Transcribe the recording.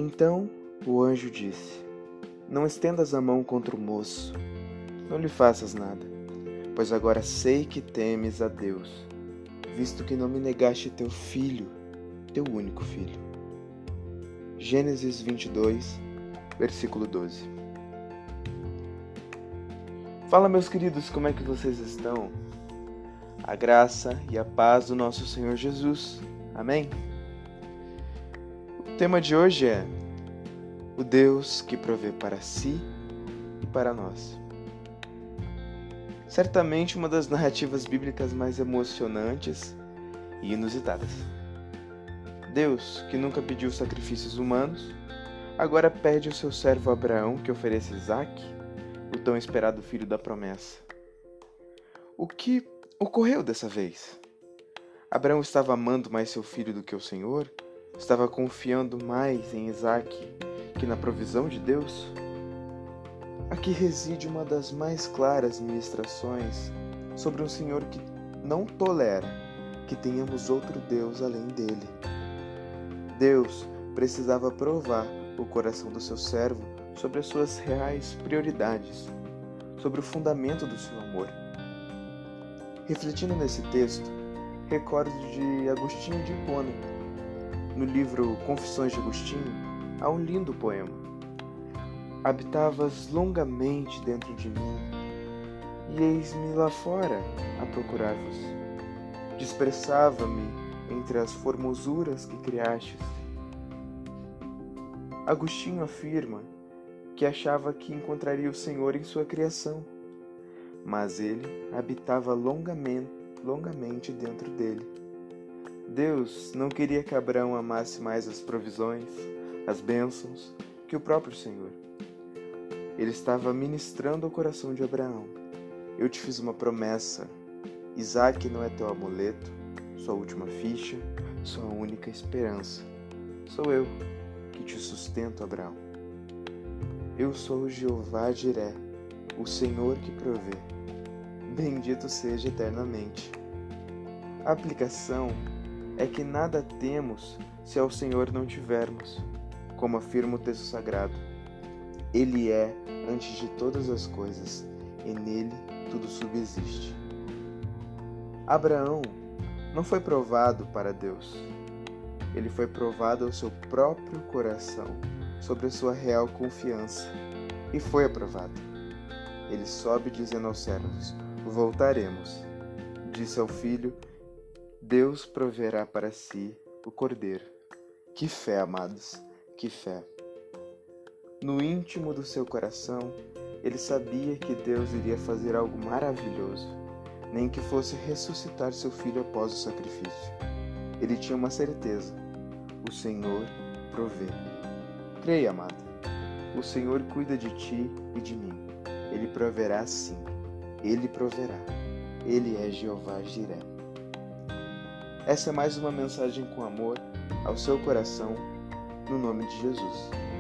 Então o anjo disse: Não estendas a mão contra o moço, não lhe faças nada, pois agora sei que temes a Deus, visto que não me negaste teu filho, teu único filho. Gênesis 22, versículo 12. Fala, meus queridos, como é que vocês estão? A graça e a paz do nosso Senhor Jesus. Amém? O tema de hoje é o Deus que provê para si e para nós. Certamente uma das narrativas bíblicas mais emocionantes e inusitadas. Deus, que nunca pediu sacrifícios humanos, agora pede ao seu servo Abraão que ofereça Isaque, o tão esperado filho da promessa. O que ocorreu dessa vez? Abraão estava amando mais seu filho do que o Senhor? Estava confiando mais em Isaque que na provisão de Deus? Aqui reside uma das mais claras ministrações sobre um Senhor que não tolera que tenhamos outro Deus além dele. Deus precisava provar o coração do seu servo sobre as suas reais prioridades, sobre o fundamento do seu amor. Refletindo nesse texto, recordo de Agostinho de Hipona. No livro Confissões de Agostinho, há um lindo poema. Habitavas longamente dentro de mim, e eis-me lá fora a procurar-vos. Dispersava-me entre as formosuras que criastes. Agostinho afirma que achava que encontraria o Senhor em sua criação, mas ele habitava longamente dentro dele. Deus não queria que Abraão amasse mais as provisões, as bênçãos, que o próprio Senhor. Ele estava ministrando ao coração de Abraão. Eu te fiz uma promessa. Isaque não é teu amuleto, sua última ficha, sua única esperança. Sou eu que te sustento, Abraão. Eu sou o Jeová Jiré, o Senhor que provê. Bendito seja eternamente. A aplicação é que nada temos se ao Senhor não tivermos, como afirma o texto sagrado. Ele é antes de todas as coisas, e nele tudo subsiste. Abraão não foi provado para Deus. Ele foi provado ao seu próprio coração, sobre a sua real confiança, e foi aprovado. Ele sobe dizendo aos servos: Voltaremos. Disse ao filho: Deus proverá para si o cordeiro. Que fé, amados, que fé! No íntimo do seu coração, ele sabia que Deus iria fazer algo maravilhoso, nem que fosse ressuscitar seu filho após o sacrifício. Ele tinha uma certeza: o Senhor provê. Creia, amado, o Senhor cuida de ti e de mim. Ele proverá sim, Ele proverá. Ele é Jeová Jiré. Essa é mais uma mensagem com amor ao seu coração, no nome de Jesus.